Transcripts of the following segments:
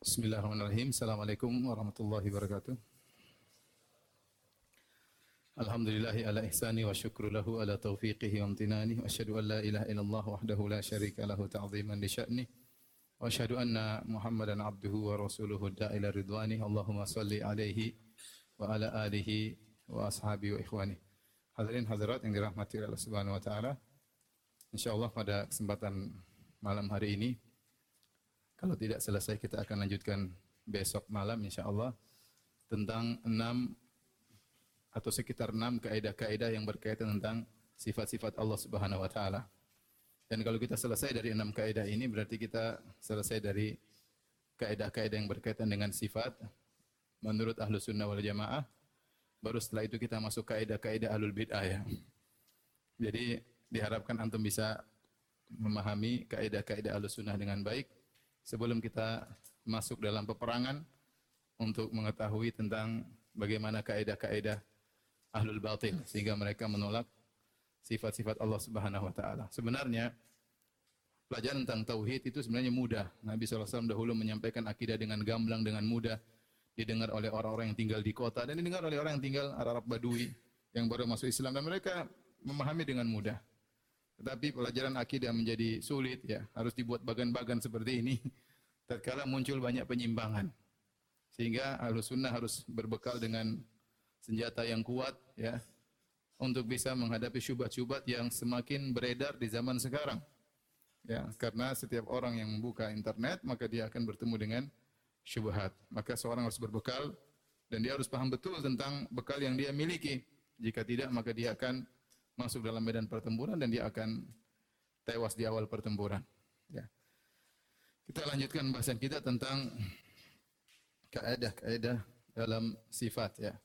Bismillahirrahmanirrahim. Assalamualaikum warahmatullahi wabarakatuh. Alhamdulillahi ala ihsani wa syukru lahu ala taufiqihi wa amtinani. Wa asyhadu an la ilaha illallah wahdahu la syarika lahu ta'ziman li sya'ni. Wa asyhadu anna Muhammadan abduhu wa rasuluhu da'ila ridwani. Allahumma salli alaihi wa ala alihi wa ashabihi wa ikhwani. Hadirin hadirat yang dirahmati Allah Subhanahu wa taala. Insyaallah pada kesempatan malam hari ini, kalau tidak selesai kita akan lanjutkan besok malam insyaallah tentang 6 atau sekitar 6 kaidah-kaidah yang berkaitan tentang sifat-sifat Allah Subhanahu wa taala. Dan kalau kita selesai dari 6 kaidah ini berarti kita selesai dari kaidah-kaidah yang berkaitan dengan sifat menurut Ahlus Sunnah wal Jamaah. Baru setelah itu kita masuk kaidah-kaidah Ahlul Bid'ah ya. Jadi diharapkan antum bisa memahami kaidah-kaidah Ahlus Sunnah dengan baik sebelum kita masuk dalam peperangan untuk mengetahui tentang bagaimana kaidah-kaidah Ahlul Batil sehingga mereka menolak sifat-sifat Allah Subhanahu wa taala. Sebenarnya pelajaran tentang tauhid itu sebenarnya mudah. Nabi SAW dahulu menyampaikan akidah dengan gamblang, dengan mudah, didengar oleh orang-orang yang tinggal di kota dan didengar oleh orang yang tinggal Arab Badui yang baru masuk Islam dan mereka memahami dengan mudah. Tetapi pelajaran akidah menjadi sulit ya, harus dibuat bagan-bagan seperti ini. Tatkala muncul banyak penyimpangan. Sehingga Ahlus Sunnah harus berbekal dengan senjata yang kuat ya untuk bisa menghadapi syubhat-syubhat yang semakin beredar di zaman sekarang. Ya, karena setiap orang yang membuka internet maka dia akan bertemu dengan syubhat. Maka seorang harus berbekal dan dia harus paham betul tentang bekal yang dia miliki. Jika tidak maka dia akan masuk dalam medan pertempuran dan dia akan tewas di awal pertempuran. Ya. Kita lanjutkan bahasan kita tentang kaidah-kaidah dalam sifat ya.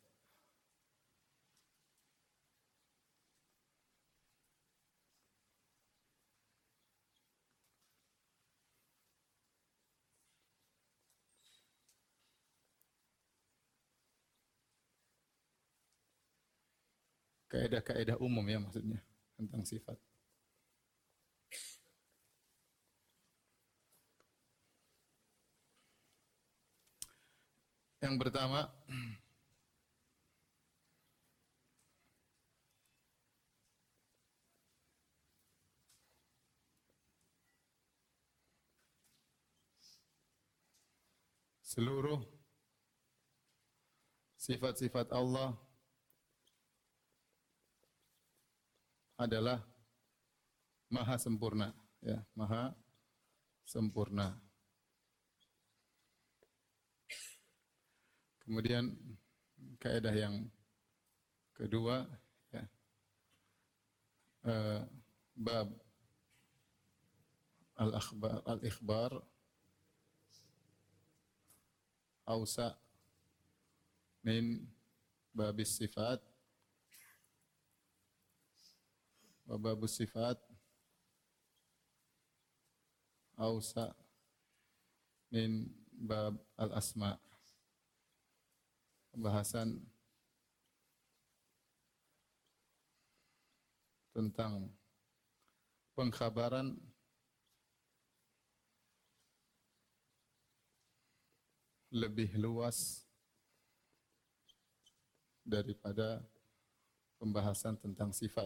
Kaidah-kaidah umum ya maksudnya tentang sifat. Yang pertama seluruh sifat-sifat Allah adalah maha sempurna ya, maha sempurna. Kemudian kaidah yang kedua ya, bab al-ikhbar awsa min babis sifat wa babus sifat awsa min bab al-asma. Pembahasan tentang pengkhabaran lebih luas daripada pembahasan tentang sifat.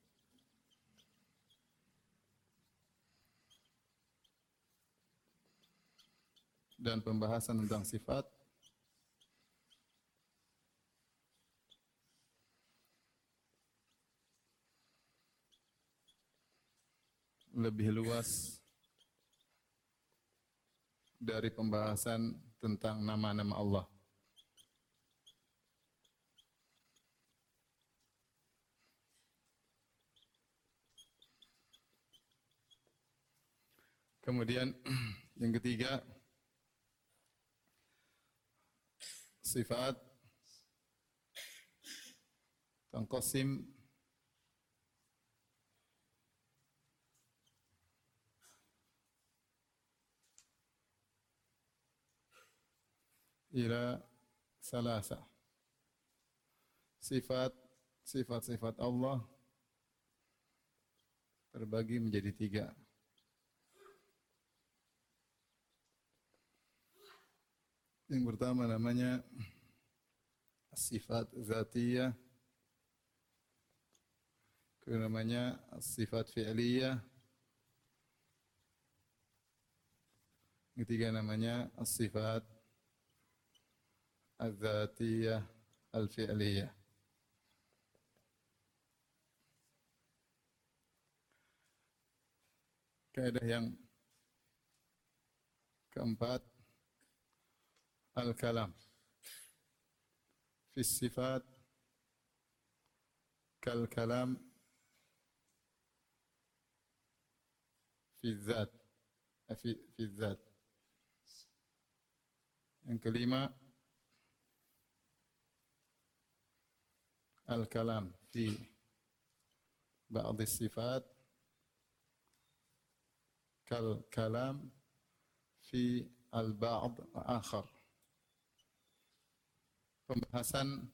Dan pembahasan tentang sifat lebih luas dari pembahasan tentang nama-nama Allah. Kemudian yang ketiga, sifat tanqasim ila salasa. Sifat-sifat Allah terbagi menjadi 3. Yang pertama namanya sifat zatiyah, kedua namanya sifat fi'liyah, ketiga namanya sifat az-zatiyah al-fi'liyah. Kaidah yang keempat, al-kalam fi sifat kal kalam fi dzat, fi dzat. Yang kelima, al-kalam fi ba'd sifat kal kalam fi al-ba'd akhar. Pembahasan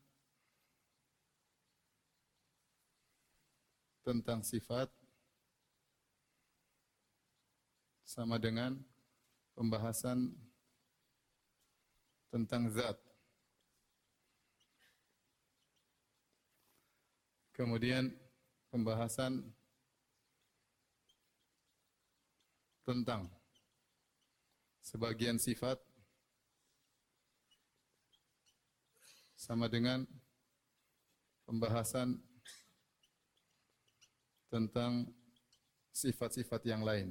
tentang sifat sama dengan pembahasan tentang zat. Kemudian pembahasan tentang sebagian sifat sama dengan pembahasan tentang sifat-sifat yang lain.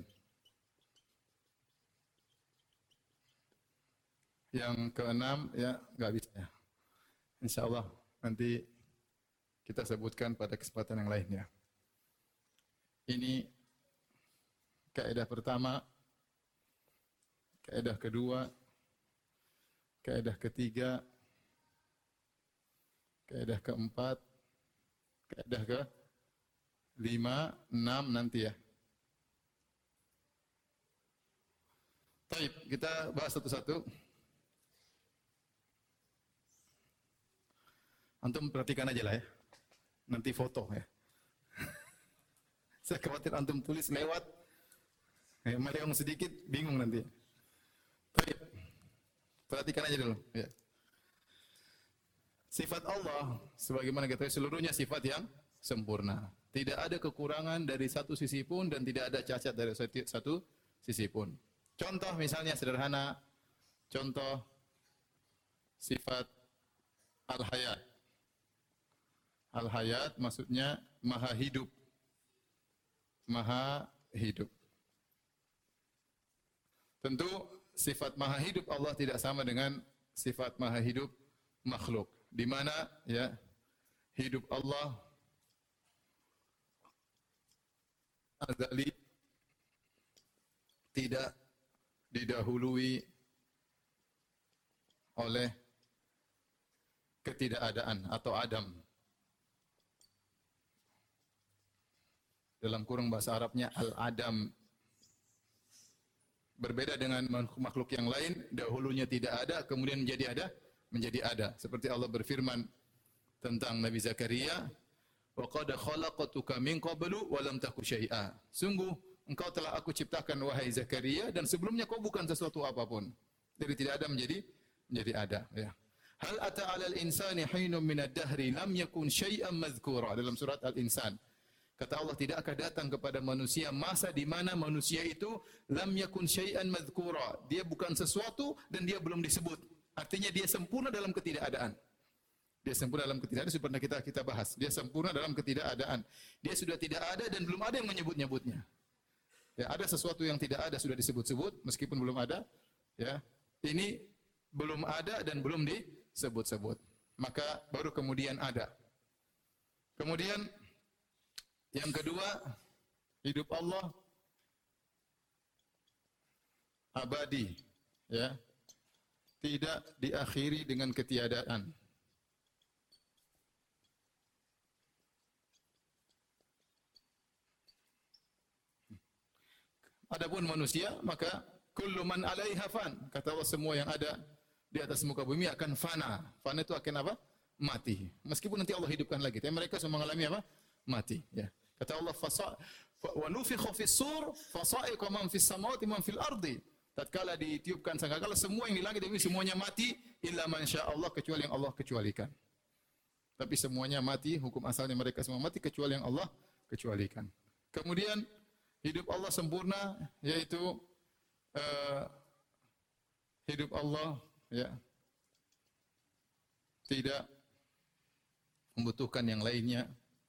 Yang keenam, ya nggak bisa ya. Insyaallah nanti kita sebutkan pada kesempatan yang lainnya. Ini kaidah pertama, kaidah kedua, kaidah ketiga, kaidah keempat, kaidah ke 5, 6 nanti ya. Baik, kita bahas satu-satu. Antum perhatikan aja lah ya. Nanti foto ya. Saya khawatir antum tulis lewat, meleong sedikit, bingung nanti. Baik, perhatikan aja dulu. Ya. Sifat Allah, sebagaimana kita tahu, seluruhnya sifat yang sempurna. Tidak ada kekurangan dari satu sisi pun dan tidak ada cacat dari satu sisi pun. Contoh misalnya sederhana, contoh sifat al-hayat. Al-hayat maksudnya maha hidup. Maha hidup. Tentu sifat maha hidup Allah tidak sama dengan sifat maha hidup makhluk. Di mana ya hidup Allah azali, tidak didahului oleh ketidakadaan atau adam. Dalam kurung bahasa Arabnya al-adam. Berbeda dengan makhluk yang lain, dahulunya tidak ada, kemudian menjadi ada. Seperti Allah berfirman tentang Nabi Zakaria, wa qad khalaqtuka min qablu wa lam taku syai'a. Sungguh engkau telah aku ciptakan wahai Zakaria dan sebelumnya kau bukan sesuatu apapun. Dari tidak ada menjadi ada, ya. Hal ata 'alal insani hinun minad dahri lam yakun syai'an madhkura, dalam surat Al-Insan. Kata Allah, tidakkah datang kepada manusia masa di mana manusia itu lam yakun syai'an madhkura, dia bukan sesuatu dan dia belum disebut. Artinya dia sempurna dalam ketidakadaan. Dia sempurna dalam ketidakadaan, seperti pernah kita bahas. Dia sempurna dalam ketidakadaan. Dia sudah tidak ada dan belum ada yang menyebut-nyebutnya. Ya, ada sesuatu yang tidak ada sudah disebut-sebut meskipun belum ada, ya. Ini belum ada dan belum disebut-sebut. Maka baru kemudian ada. Kemudian yang kedua, hidup Allah abadi, ya. Tidak diakhiri dengan ketiadaan. Adapun manusia, maka kullu man 'alaiha fan. Kata Allah, semua yang ada di atas muka bumi akan fana. Fana itu akan apa? Mati. Meskipun nanti Allah hidupkan lagi, tapi mereka semua mengalami apa? Mati, ya. Kata Allah, wa nufikha fis sur fasa'iqa man fis samawati man fil ardi. tatkala ditiupkan sangkakala semua yang di langit dan bumi semuanya mati illa man syaa Allah, kecuali yang Allah kecualikan. Tapi semuanya mati, hukum asalnya mereka semua mati kecuali yang Allah kecualikan. Kemudian hidup Allah sempurna, yaitu hidup Allah ya tidak membutuhkan yang lainnya.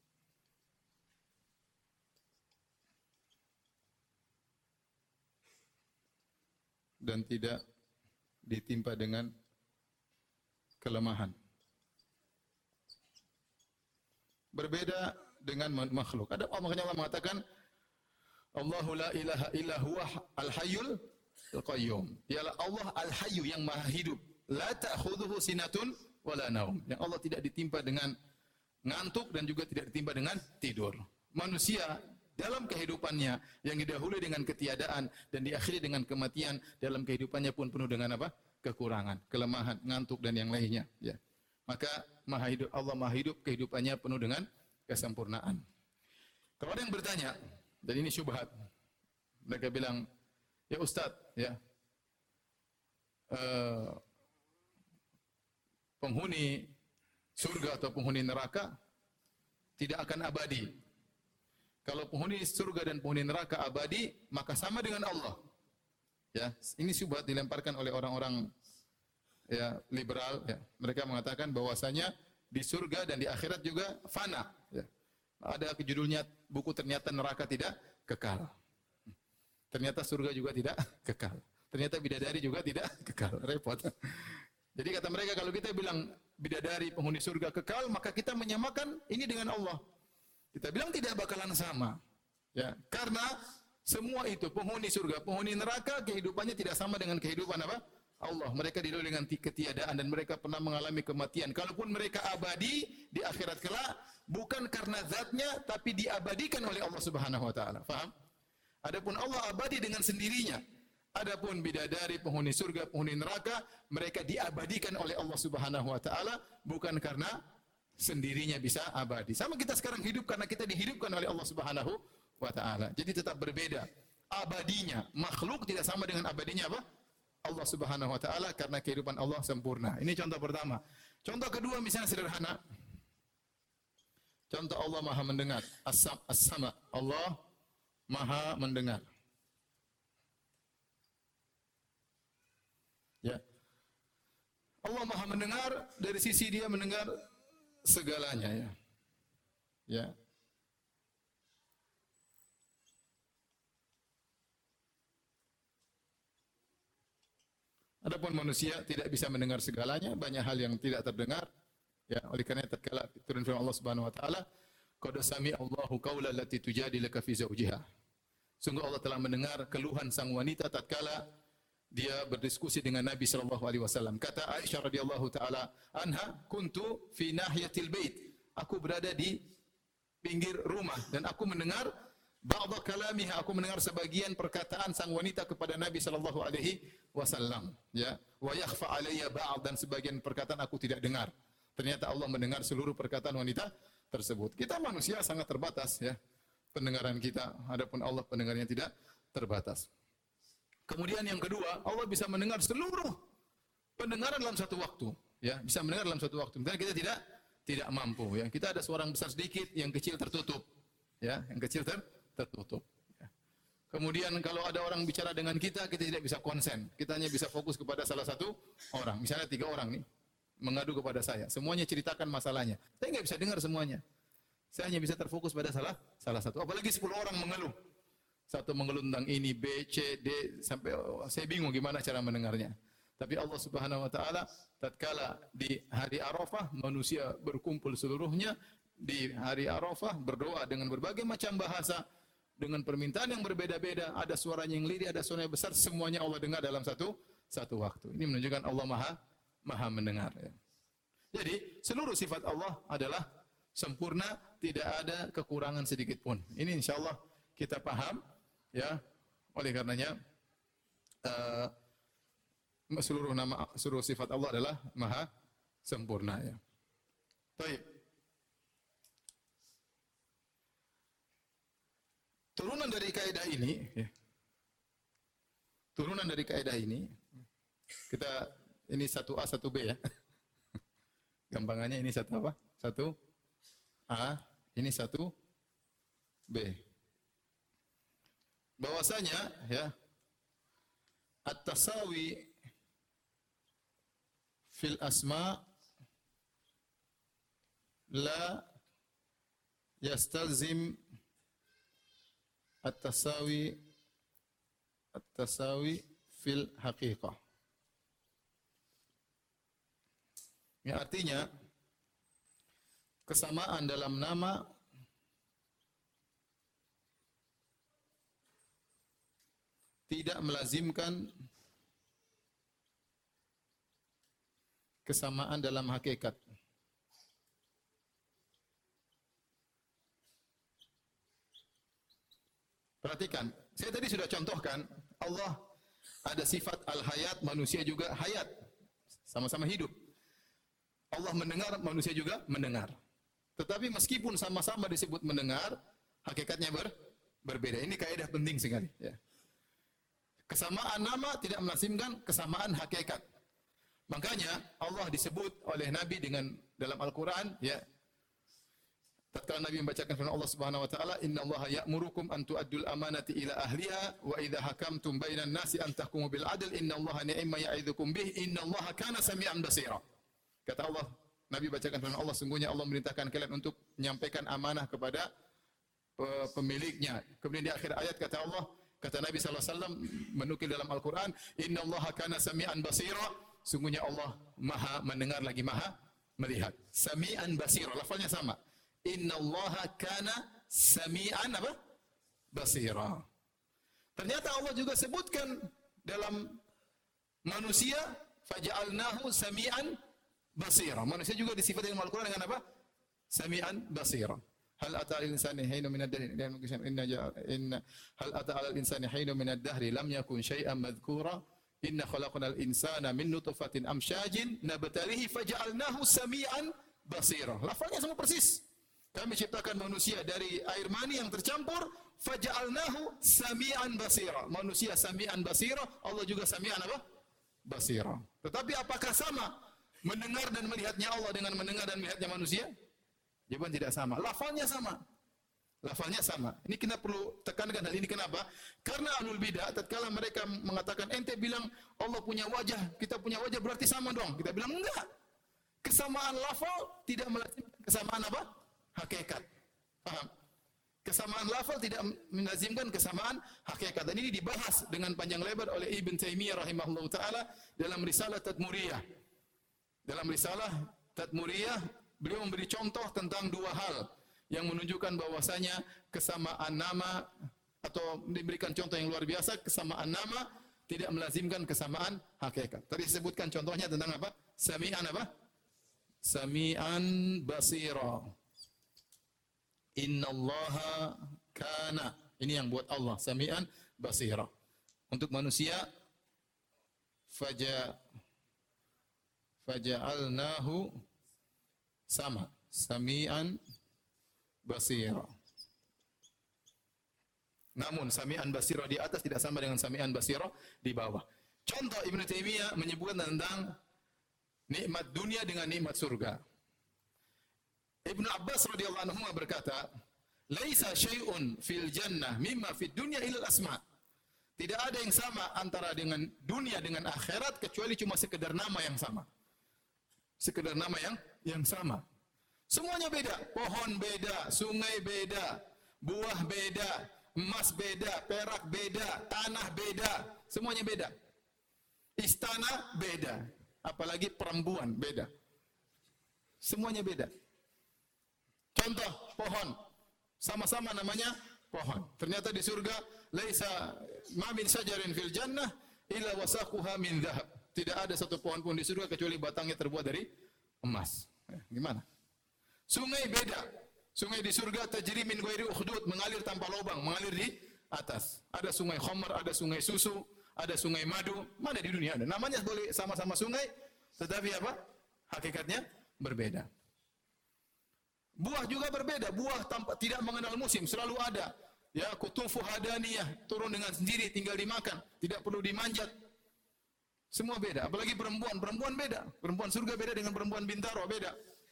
Dan tidak ditimpa dengan kelemahan. Berbeda dengan makhluk. Ada makanya Allah mengatakan Allahu la ilaha illa huwa al-hayyul qayyum. Dialah Allah al-hayyu yang maha hidup. La ta'khudhuhu sinatun wala naum. Yang Allah tidak ditimpa dengan ngantuk dan juga tidak ditimpa dengan tidur. Manusia dalam kehidupannya yang didahului dengan ketiadaan dan diakhiri dengan kematian, dalam kehidupannya pun penuh dengan apa? Kekurangan, kelemahan, ngantuk dan yang lainnya, ya. Maka maha hidup, Allah maha hidup, kehidupannya penuh dengan kesempurnaan. Kalau ada yang bertanya, dan ini syubhat, mereka bilang, ya Ustaz, ya, penghuni surga atau penghuni neraka tidak akan abadi. Kalau penghuni surga dan penghuni neraka abadi, maka sama dengan Allah. Ya, ini syubhat dilemparkan oleh orang-orang ya liberal. Ya. Mereka mengatakan bahwasanya di surga dan di akhirat juga fana. Ya. Ada judulnya buku ternyata neraka tidak kekal. Ternyata surga juga tidak kekal. Ternyata bidadari juga tidak kekal. Repot. Jadi kata mereka kalau kita bilang bidadari penghuni surga kekal, maka kita menyamakan ini dengan Allah. Kita bilang tidak bakalan sama. Ya, karena semua itu penghuni surga, penghuni neraka kehidupannya tidak sama dengan kehidupan apa? Allah. Mereka didahului dengan ketiadaan dan mereka pernah mengalami kematian. Kalaupun mereka abadi di akhirat kelak bukan karena zatnya tapi diabadikan oleh Allah Subhanahu wa taala. Faham? Adapun Allah abadi dengan sendirinya. Adapun bidadari penghuni surga, penghuni neraka, mereka diabadikan oleh Allah Subhanahu wa taala bukan karena sendirinya bisa abadi. Sama kita sekarang hidup karena kita dihidupkan oleh Allah Subhanahu wa taala. Jadi tetap berbeda. Abadinya makhluk tidak sama dengan abadinya apa? Allah Subhanahu wa taala karena kehidupan Allah sempurna. Ini contoh pertama. Contoh kedua misalnya sederhana. Contoh Allah Maha mendengar. As-sama. Allah Maha mendengar. Ya. Allah Maha mendengar dari sisi Dia mendengar segalanya ya. Ya. Adapun manusia tidak bisa mendengar segalanya, banyak hal yang tidak terdengar. Ya, oleh karena tatkala turun firman Allah Subhanahu wa taala, qad sami'a Allahu qaula allati tujadilaka fi zawjiha. Sungguh Allah telah mendengar keluhan sang wanita tatkala dia berdiskusi dengan Nabi sallallahu alaihi wasallam. Kata Aisyah radhiyallahu taala anha, "Kuntu fi nahiyatil bait." Aku berada di pinggir rumah dan aku mendengar ba'dha kalamiha, aku mendengar sebagian perkataan sang wanita kepada Nabi sallallahu alaihi wasallam, ya. Wa yakhfa alayya ba'd, dan sebagian perkataan aku tidak dengar. Ternyata Allah mendengar seluruh perkataan wanita tersebut. Kita manusia sangat terbatas ya pendengaran kita, adapun Allah pendengarannya tidak terbatas. Kemudian yang kedua, Allah bisa mendengar seluruh pendengaran dalam satu waktu, ya, bisa mendengar dalam satu waktu. Misalnya kita tidak mampu, ya. Kita ada suara besar sedikit, yang kecil tertutup, ya, yang kecil tertutup. Ya. Kemudian kalau ada orang bicara dengan kita tidak bisa konsen. Kita hanya bisa fokus kepada salah satu orang. Misalnya 3 orang nih mengadu kepada saya, semuanya ceritakan masalahnya. Saya nggak bisa dengar semuanya. Saya hanya bisa terfokus pada salah satu. Apalagi 10 orang mengeluh. Satu mengeluh tentang ini, B, C, D, sampai saya bingung gimana cara mendengarnya. Tapi Allah Subhanahu wa taala tatkala di hari Arafah manusia berkumpul seluruhnya di hari Arafah berdoa dengan berbagai macam bahasa dengan permintaan yang berbeda-beda, ada suaranya yang lirih, ada suaranya besar, semuanya Allah dengar dalam satu waktu. Ini menunjukkan Allah Maha mendengar ya. Jadi seluruh sifat Allah adalah sempurna, tidak ada kekurangan sedikit pun. Ini insyaallah kita paham ya. Oleh karenanya seluruh sifat Allah adalah maha sempurna ya. Baik. Turunan dari kaidah ini ya, turunan dari kaidah ini, kita ini 1A 1B ya. Gampangannya ini 1 apa? 1A, ini 1B. Bahwasanya ya, at-tasawi fil asma la yastalzim at-tasawi fil haqiqah. Yang artinya kesamaan dalam nama tidak melazimkan kesamaan dalam hakikat. Perhatikan, saya tadi sudah contohkan, Allah ada sifat al-hayat, manusia juga hayat. Sama-sama hidup. Allah mendengar, manusia juga mendengar. Tetapi meskipun sama-sama disebut mendengar, hakikatnya berbeda. Ini kaidah penting sekali. Ya. Kesamaan nama tidak melazimkan kesamaan hakikat. Makanya Allah disebut oleh Nabi dengan dalam Al-Quran, ya, tatkala Nabi membacakan firman Allah Subhanahu wa taala, "Innallaha ya'murukum an tu'addul amanati ila ahliha wa idza hakamtum bainan nasi an tahkumu bil 'adl innallaha ni'ma ya'idzukum bih innallaha kana sami'an basira." Kata Allah, Nabi bacakan firman Allah, sungguhnya Allah memerintahkan kalian untuk menyampaikan amanah kepada pemiliknya. Kemudian di akhir ayat kata Allah, kata Nabi sallallahu alaihi wasallam menukil dalam Al-Qur'an, "Innallaha kana sami'an basira." Sungguhnya Allah Maha mendengar lagi Maha melihat. Sami'an basira, lafalnya sama. Innallaha kana sami'an apa? Basira. Ternyata Allah juga sebutkan dalam manusia, faja'alnahu sami'an basira. Manusia juga disifati dalam Al-Quran dengan apa? Sami'an basira. Hal ata al-insani hinun min ad-dahr hal ata al-insani hinun min ad-dahri lam yakun syai'an madhkura inna khalaqnal insana min nutfatin amsyajin nabtalihi faja'alnahu sami'an basira. Lafalnya sama persis. Kami ciptakan manusia dari air mani yang tercampur, faja'alnahu sami'an basira. Manusia sami'an basira, Allah juga sami'an apa? Basira. Tetapi apakah sama mendengar dan melihatnya Allah dengan mendengar dan melihatnya manusia? Jawaban tidak sama. Lafalnya sama. Lafalnya sama. Ini kita perlu tekankan hal ini. Kenapa? Karena ahlul bidah tatkala mereka mengatakan, ente bilang Allah punya wajah, kita punya wajah, berarti sama dong. Kita bilang enggak. Kesamaan lafal tidak melazimkan kesamaan apa? Hakikat. Paham? Kesamaan lafal tidak melazimkan kesamaan hakikat. Dan ini dibahas dengan panjang lebar oleh Ibn Taimiyah rahimahullah ta'ala dalam risalah Tadmuriyah. Dalam risalah Tadmuriyah, beliau memberi contoh tentang dua hal yang menunjukkan bahwasanya kesamaan nama, atau diberikan contoh yang luar biasa, kesamaan nama tidak melazimkan kesamaan hakikat. Tadi disebutkan contohnya tentang apa? Sami'an apa? Sami'an basira. Innallaha kana. Ini yang buat Allah, sami'an basira. Untuk manusia, faja'alnahu sama, sami'an basira. Namun sami'an basira di atas tidak sama dengan sami'an basira di bawah. Contoh Ibn Taimiyah menyebutkan tentang nikmat dunia dengan nikmat surga. Ibnu Abbas radhiyallahu anhu berkata, "Laisa syai'un fil jannah mimma fid dunya illa al-asma." Tidak ada yang sama antara dengan dunia dengan akhirat kecuali cuma sekedar nama yang sama. Sekedar nama yang sama. Semuanya beda, pohon beda, sungai beda, buah beda, emas beda, perak beda, tanah beda, semuanya beda. Istana beda, apalagi perempuan beda. Semuanya beda. Contoh pohon, sama-sama namanya pohon. Ternyata di surga, laisa ma min syajarin fil jannah illa wasaquha min dhahab. Tidak ada satu pohon pun di surga kecuali batangnya terbuat dari emas. Gimana? Sungai beda. Sungai di surga tajri min ghairi ukhdud, mengalir tanpa lubang, mengalir di atas. Ada sungai khamar, ada sungai susu, ada sungai madu. Mana di dunia ada? Namanya boleh sama-sama sungai, tetapi apa? Hakikatnya berbeda. Buah juga berbeda. Buah tidak mengenal musim, selalu ada. Ya, kutufu hadaniyah, turun dengan sendiri, tinggal dimakan, tidak perlu dimanjat. Semua beda, apalagi perempuan beda. Perempuan surga beda dengan perempuan Bintaro, beda.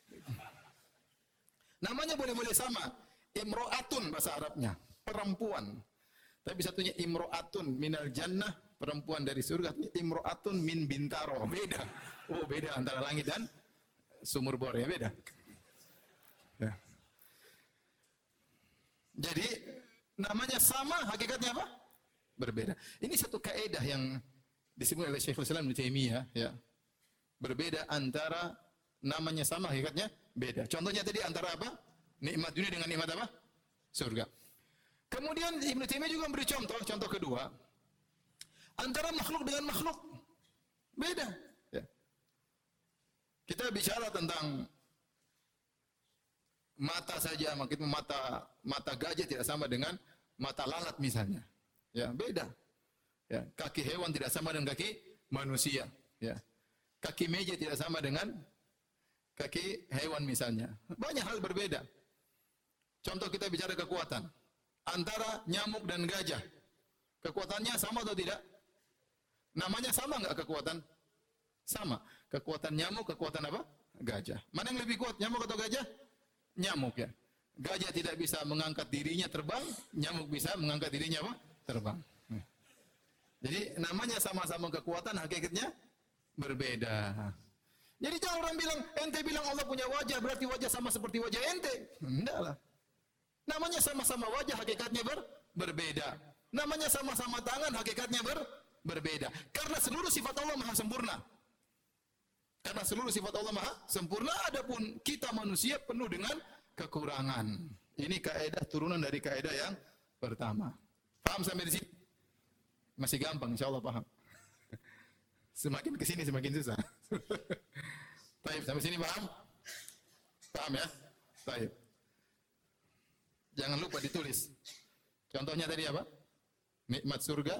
Namanya boleh-boleh sama. Imro'atun bahasa Arabnya, perempuan. Tapi satunya imro'atun minal jannah, perempuan dari surga. Imro'atun min Bintaro, beda. Oh, beda antara langit dan sumur bor, ya beda. Ya. Jadi namanya sama, hakikatnya apa? Berbeda. Ini satu kaidah yang disebut oleh Syekhul Islam Ibnu Taimiyah, ya. Berbeda antara namanya sama, hakikatnya beda. Contohnya tadi antara apa? Nikmat dunia dengan nikmat apa? Surga. Kemudian Ibnu Taimiyah juga memberi contoh kedua. Antara makhluk dengan makhluk. Beda. Ya. Kita bicara tentang mata saja, maksudnya mata gajah tidak sama dengan mata lalat misalnya. Ya, beda. Ya, kaki hewan tidak sama dengan kaki manusia. Ya. Kaki meja tidak sama dengan kaki hewan misalnya. Banyak hal berbeda. Contoh kita bicara kekuatan. Antara nyamuk dan gajah. Kekuatannya sama atau tidak? Namanya sama enggak kekuatan? Sama. Kekuatan nyamuk, kekuatan apa? Gajah. Mana yang lebih kuat, nyamuk atau gajah? Nyamuk, ya. Gajah tidak bisa mengangkat dirinya terbang, nyamuk bisa mengangkat dirinya apa? Terbang. Jadi namanya sama-sama kekuatan, hakikatnya berbeda. Jadi jangan orang bilang, ente bilang Allah punya wajah, berarti wajah sama seperti wajah ente. Enggak lah. Namanya sama-sama wajah, hakikatnya berbeda. Namanya sama-sama tangan, hakikatnya berbeda. Karena seluruh sifat Allah maha sempurna. Karena seluruh sifat Allah maha sempurna, adapun kita manusia penuh dengan kekurangan. Ini kaidah turunan dari kaidah yang pertama. Paham sampai di sini? Masih gampang, insyaallah paham. Semakin ke sini semakin susah. Baik, sampai sini paham? Paham ya? Baik. Jangan lupa ditulis. Contohnya tadi apa? Nikmat surga.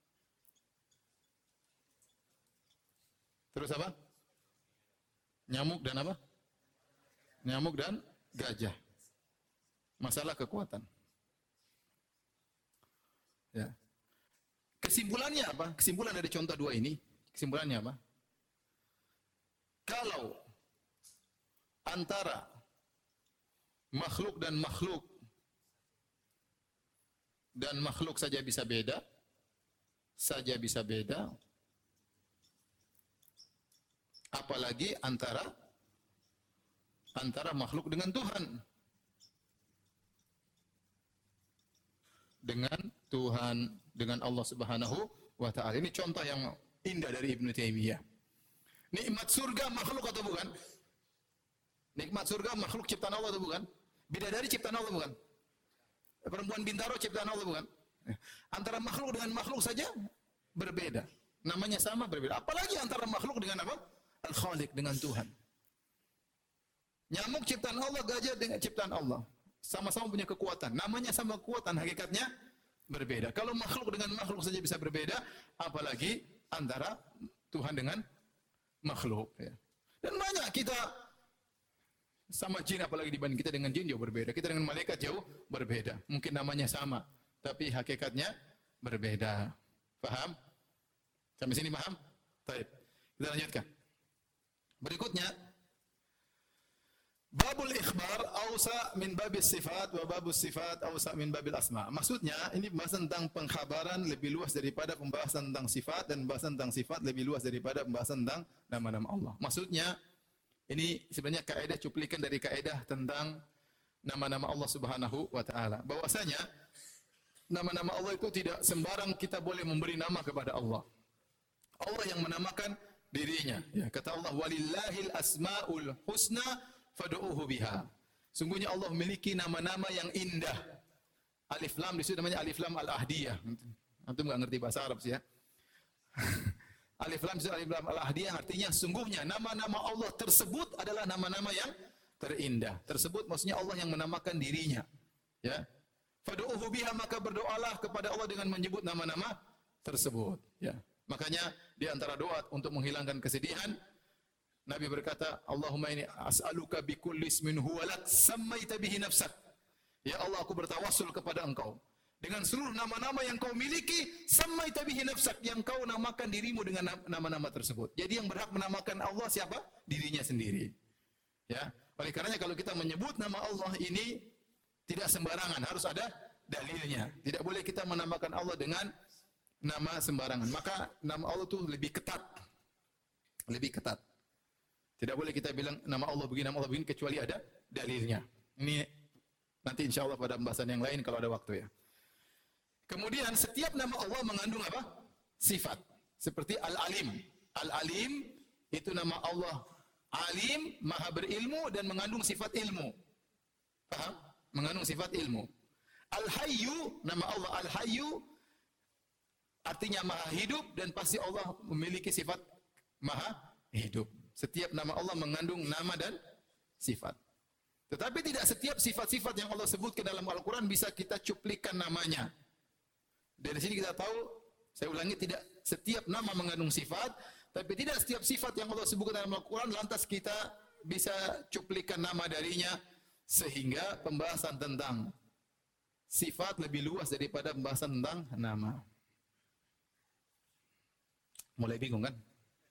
Terus apa? Nyamuk dan apa? Nyamuk dan gajah. Masalah kekuatan. Ya. Kesimpulannya apa? Kesimpulan dari contoh dua ini, kesimpulannya apa? Kalau antara makhluk dan makhluk saja bisa beda, apalagi antara makhluk dengan Tuhan. Dengan Allah Subhanahu wa taala. Ini contoh yang indah dari Ibnu Taimiyah. Nikmat surga makhluk atau bukan? Nikmat surga makhluk ciptaan Allah atau bukan? Bidadari ciptaan Allah bukan? Perempuan Bintaro ciptaan Allah bukan? Antara makhluk dengan makhluk saja berbeda. Namanya sama berbeda. Apalagi antara makhluk dengan apa? Al-Khaliq, dengan Tuhan. Nyamuk ciptaan Allah, gajah dengan ciptaan Allah. Sama-sama punya kekuatan. Namanya sama kekuatan, hakikatnya berbeda. Kalau makhluk dengan makhluk saja bisa berbeda, apalagi antara Tuhan dengan makhluk. Ya. Dan banyak kita sama jin, apalagi dibanding kita dengan jin jauh berbeda. Kita dengan malaikat jauh berbeda. Mungkin namanya sama, tapi hakikatnya berbeda. Paham? Sampai sini paham? Baik. Kita lanjutkan. Berikutnya, babul ikhbar awsa min babis sifat wa babus sifat awsa min babil asma. Maksudnya ini pembahasan tentang pengkhabaran lebih luas daripada pembahasan tentang sifat, dan pembahasan tentang sifat lebih luas daripada pembahasan tentang nama-nama Allah. Maksudnya ini sebenarnya kaidah cuplikan dari kaidah tentang nama-nama Allah Subhanahu wa taala. Bahwasanya nama-nama Allah itu tidak sembarang kita boleh memberi nama kepada Allah. Allah yang menamakan dirinya. Ya, kata Allah, walillahil asmaul husna fad'uuhu biha. Sungguhnya Allah memiliki nama-nama yang indah. Alif Lam di situ namanya Alif Lam Al-Ahdiyah. Antum enggak ngerti bahasa Arab sih ya. Alif Lam di situ Alif Lam Al-Ahdiyah artinya sungguhnya nama-nama Allah tersebut adalah nama-nama yang terindah. Tersebut maksudnya Allah yang menamakan dirinya. Ya. Fad'uuhu biha, maka berdoalah kepada Allah dengan menyebut nama-nama tersebut. Ya. Makanya di antara doa untuk menghilangkan kesedihan, Nabi berkata, Allahumma inni as'aluka bikulli ismin huwa lak sammaita bihi nafsak. Ya Allah, aku bertawassul kepada Engkau dengan seluruh nama-nama yang kau miliki, sammaita bihi nafsak, yang kau namakan dirimu dengan nama-nama tersebut. Jadi yang berhak menamakan Allah siapa? Dirinya sendiri. Ya. Oleh karenanya kalau kita menyebut nama Allah ini tidak sembarangan, harus ada dalilnya. Tidak boleh kita menamakan Allah dengan nama sembarangan. Maka nama Allah itu lebih ketat. Lebih ketat. Tidak boleh kita bilang nama Allah begini kecuali ada dalilnya. Ini nanti insya Allah pada pembahasan yang lain kalau ada waktu ya. Kemudian setiap nama Allah mengandung apa? Sifat. Seperti Al-Alim. Al-Alim itu nama Allah. Alim, maha berilmu dan mengandung sifat ilmu. Paham? Mengandung sifat ilmu. Al-Hayyu, nama Allah Al-Hayyu artinya maha hidup dan pasti Allah memiliki sifat maha hidup. Setiap nama Allah mengandung nama dan sifat. Tetapi tidak setiap sifat-sifat yang Allah sebut ke dalam Al-Quran bisa kita cuplikan namanya. Dari sini kita tahu, saya ulangi, tidak setiap nama mengandung sifat, tapi tidak setiap sifat yang Allah sebutkan dalam Al-Quran lantas kita bisa cuplikan nama darinya, sehingga pembahasan tentang sifat lebih luas daripada pembahasan tentang nama. Mulai bingung kan?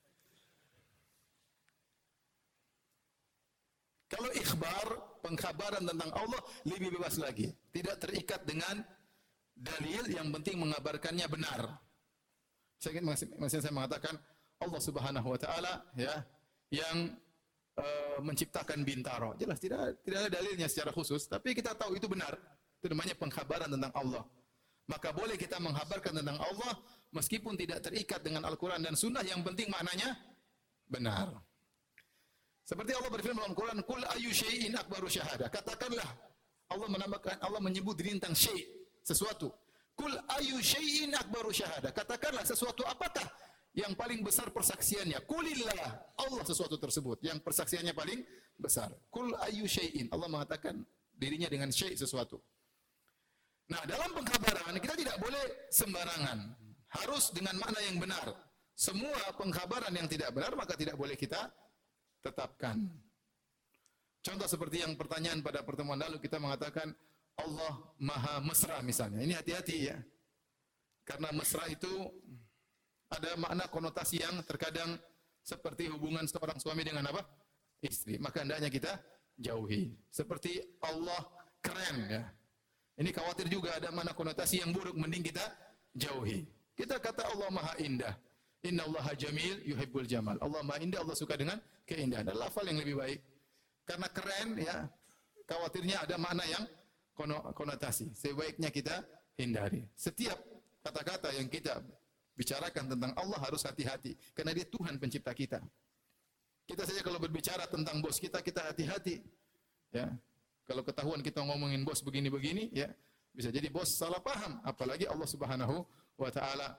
Kalau ikhbar, pengkhabaran tentang Allah lebih bebas lagi, tidak terikat dengan dalil, yang penting mengabarkannya benar. Saya mengatakan Allah Subhanahu wa taala ya yang menciptakan Bintaro. Jelas tidak ada dalilnya secara khusus, tapi kita tahu itu benar. Itu namanya pengkhabaran tentang Allah. Maka boleh kita mengkhabarkan tentang Allah meskipun tidak terikat dengan Al-Qur'an dan Sunnah, yang penting maknanya benar. Seperti Allah berfirman dalam Al-Qur'an, "Qul ayyu syai'in akbaru syahadah." Katakanlah, Allah menyebut tentang syai', sesuatu. Kul ayu syai'in akbaru syahadah. Katakanlah sesuatu apakah yang paling besar persaksiannya? Kulillah, Allah sesuatu tersebut yang persaksiannya paling besar. Kul ayu syai'in. Allah mengatakan dirinya dengan syai' sesuatu. Nah, dalam pengkhabaran kita tidak boleh sembarangan. Harus dengan makna yang benar. Semua pengkhabaran yang tidak benar maka tidak boleh kita tetapkan. Contoh seperti yang pertanyaan pada pertemuan lalu, kita mengatakan Allah maha mesra misalnya. Ini hati-hati ya. Karena mesra itu ada makna konotasi yang terkadang seperti hubungan seorang suami dengan apa? Istri. Maka hendaknya kita jauhi. Seperti Allah keren ya. Ini khawatir juga ada makna konotasi yang buruk, mending kita jauhi. Kita kata Allah maha indah. Innallaha jamil yuhibbul jamal. Allah maha indah, Allah suka dengan keindahan. Dan lafal yang lebih baik. Karena keren ya, khawatirnya ada makna yang konotasi. Sebaiknya kita hindari. Setiap kata-kata yang kita bicarakan tentang Allah harus hati-hati, karena Dia Tuhan pencipta kita. Kita saja kalau berbicara tentang bos kita, kita hati-hati. Ya. Kalau ketahuan kita ngomongin bos begini-begini, ya bisa jadi bos salah paham. Apalagi Allah Subhanahu wa taala.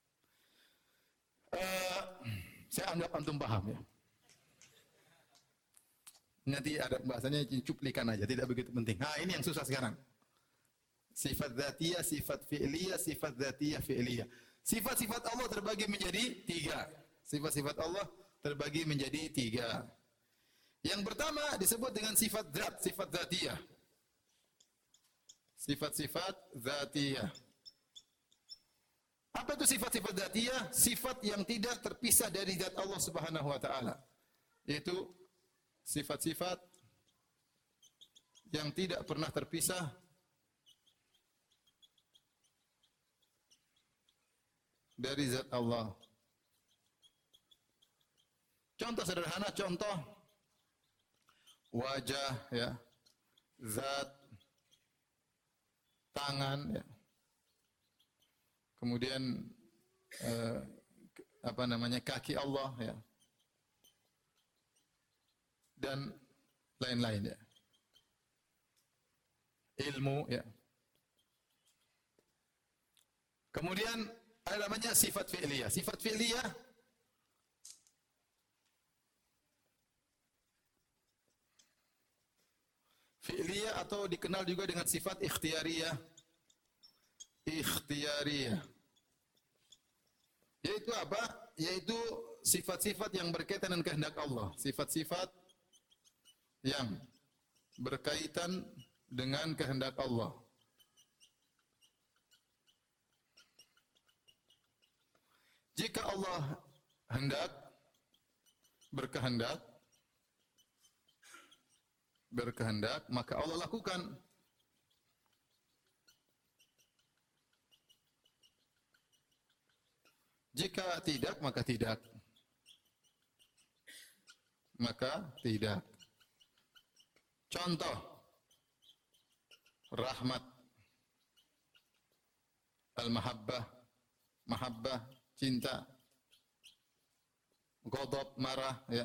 Saya anggap antum paham ya. Nanti ada bahasanya cuplikan aja, tidak begitu penting. Nah, ini yang susah sekarang. Sifat dzatiyah, sifat fi'liyah, sifat dzatiyah, fi'liyah. Sifat-sifat Allah terbagi menjadi 3. Sifat-sifat Allah terbagi menjadi 3. Yang pertama disebut dengan sifat dzat, sifat dzatiyah. Sifat-sifat dzatiyah. Apa itu sifat-sifat dzatiyah? Sifat yang tidak terpisah dari zat Allah Subhanahu wa taala. Yaitu sifat-sifat yang tidak pernah terpisah dari zat Allah. Contoh sederhana, contoh wajah ya, zat, tangan ya. Kemudian kaki Allah ya. Dan lain-lain ya. Ilmu ya. Kemudian ada namanya sifat fi'liyah. Sifat fi'liyah atau dikenal juga dengan sifat ikhtiyariyah. Ikhtiyariyah. Yaitu apa? Yaitu sifat-sifat yang berkaitan dengan kehendak Allah. Sifat-sifat yang berkaitan dengan kehendak Allah. Jika Allah berkehendak, maka Allah lakukan. Jika tidak, maka tidak. Contoh, rahmat, al-mahabbah, mahabbah, cinta, ghadab, marah, ya.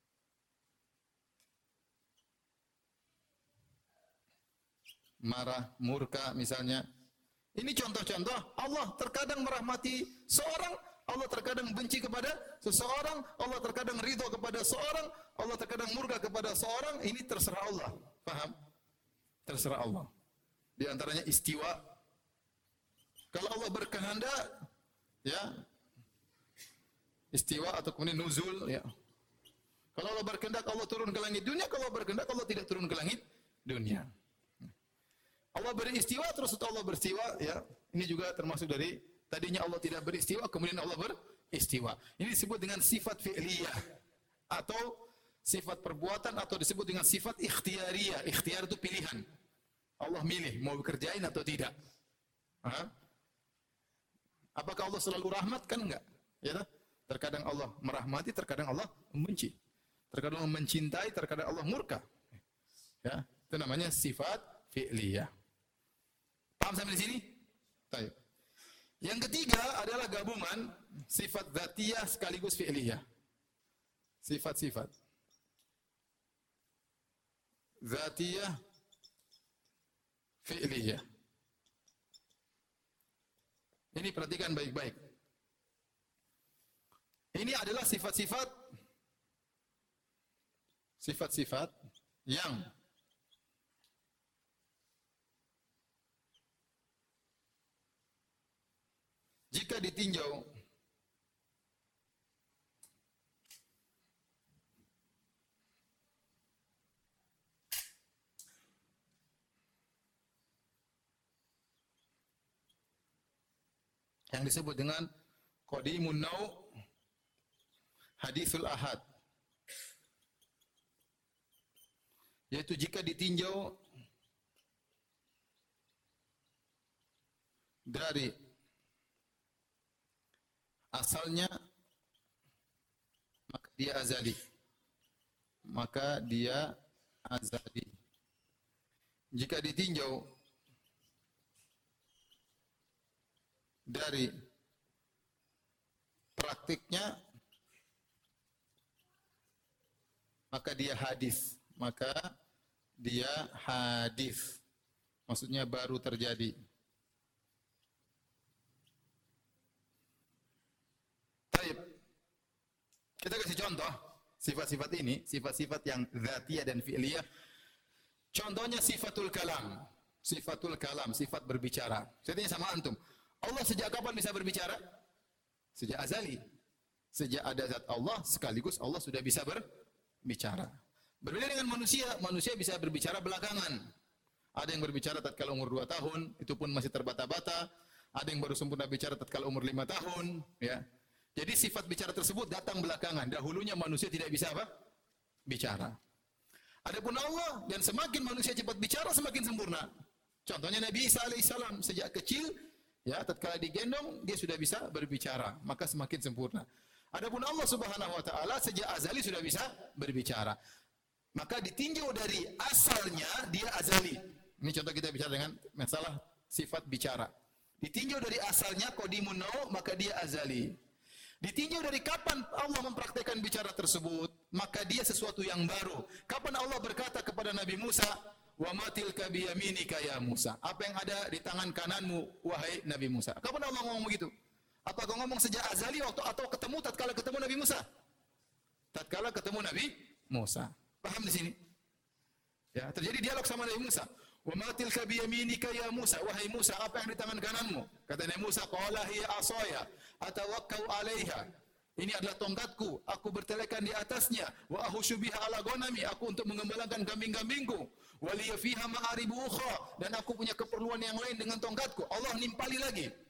Marah, murka misalnya. Ini contoh-contoh Allah terkadang merahmati seorang, Allah terkadang benci kepada seseorang, Allah terkadang ridho kepada seorang, Allah terkadang murka kepada seorang. Ini terserah Allah. Paham? Terserah Allah. Di antaranya istiwa. Kalau Allah berkehendak, ya, istiwa atau kemudian nuzul, ya. Kalau Allah berkehendak Allah turun ke langit dunia, kalau Allah berkehendak Allah tidak turun ke langit dunia. Allah beristiwa terus Allah beristiwa, ya. Ini juga termasuk dari tadinya Allah tidak beristiwa kemudian Allah beristiwa. Ini disebut dengan sifat fi'liyah atau sifat perbuatan atau disebut dengan sifat ikhtiyariyah. Ikhtiyar itu pilihan. Allah milih mau bekerjain atau tidak. Apakah Allah selalu rahmat? Kan enggak. Ya, terkadang Allah merahmati, terkadang Allah membenci. Terkadang Allah mencintai, terkadang Allah murka. Ya, itu namanya sifat fi'liyah. Paham sampai di sini? Baik. Yang ketiga adalah gabungan sifat dzatiyah sekaligus fi'liyah. Sifat-sifat dzatiyah fi'liyah. Ini perhatikan baik-baik. Ini adalah sifat-sifat yang jika ditinjau yang disebut dengan qadimun nau' hadisul ahad, yaitu jika ditinjau dari asalnya maka dia azali. Jika ditinjau dari praktiknya maka dia hadis. Maksudnya baru terjadi. Kita kasih contoh sifat-sifat ini, sifat-sifat yang dzatiyah dan fi'liyah. Contohnya sifatul kalam, sifat berbicara. Saya tanya sama antum, Allah sejak kapan bisa berbicara? Sejak azali. Sejak ada zat Allah, sekaligus Allah sudah bisa berbicara. Berbeda dengan manusia bisa berbicara belakangan. Ada yang berbicara tatkala umur 2 tahun, itu pun masih terbata-bata. Ada yang baru sempurna bicara tatkala umur 5 tahun, ya. Jadi sifat bicara tersebut datang belakangan. Dahulunya manusia tidak bisa bicara. Adapun Allah, dan semakin manusia cepat bicara semakin sempurna. Contohnya Nabi Isa alaihissalam sejak kecil, ya, tatkala digendong dia sudah bisa berbicara, maka semakin sempurna. Adapun Allah Subhanahu wa taala sejak azali sudah bisa berbicara. Maka ditinjau dari asalnya dia azali. Ini contoh kita bicara dengan masalah sifat bicara. Ditinjau dari asalnya qadimun nau' maka dia azali. Ditinjau dari kapan Allah mempraktikkan bicara tersebut, maka dia sesuatu yang baru. Kapan Allah berkata kepada Nabi Musa, "Wa ma tilka bi yaminika ya Musa?" Apa yang ada di tangan kananmu wahai Nabi Musa? Kapan Allah ngomong begitu? Apakah ngomong sejak azali waktu atau tatkala ketemu Nabi Musa? Tatkala ketemu Nabi Musa. Paham di sini? Ya, terjadi dialog sama Nabi Musa. "Wa ma tilka bi yaminika ya Musa?" Wahai Musa, apa yang di tangan kananmu? Kata Nabi Musa, "Qala hiya asaya atawakkau 'alaiha." Ini adalah tongkatku, aku bertelekan di atasnya. Wa ahusyu biha 'ala ghanami, aku untuk mengembalakan kambing-kambingku. Wa liya fiha ma'aribu ukhra, dan aku punya keperluan yang lain dengan tongkatku. Allah nimpali lagi.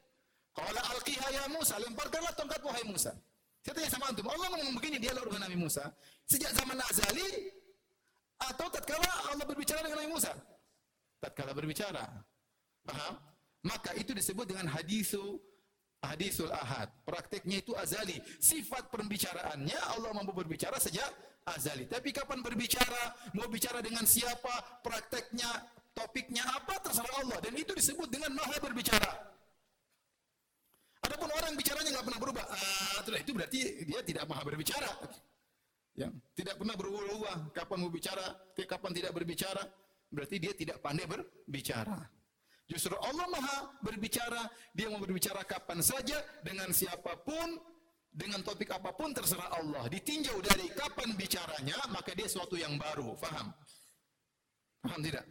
Qala alqiha ya Musa, lemparkanlah tongkat wahai Musa. Saya tanya sama antum, Allah ngomong begini dialog dengan Nabi Musa sejak zaman azali atau tatkala Allah berbicara dengan Nabi Musa? Tatkala berbicara. Paham? Maka itu disebut dengan hadisul ahad. Prakteknya itu azali. Sifat pembicaraannya Allah mampu berbicara sejak azali. Tapi kapan berbicara, mau bicara dengan siapa, prakteknya, topiknya apa, terserah Allah. Dan itu disebut dengan maha berbicara. Adapun orang bicaranya nggak pernah berubah, itu berarti dia tidak maha berbicara. Ya, tidak pernah berubah-ubah. Kapan mau bicara, kapan tidak berbicara, berarti dia tidak pandai berbicara. Justru Allah maha berbicara, dia mau berbicara kapan saja, dengan siapapun, dengan topik apapun, terserah Allah. Ditinjau dari kapan bicaranya, maka dia suatu yang baru. Faham? Paham tidak?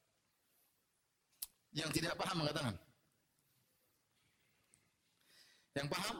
Yang tidak paham angkat tangan. Yang paham?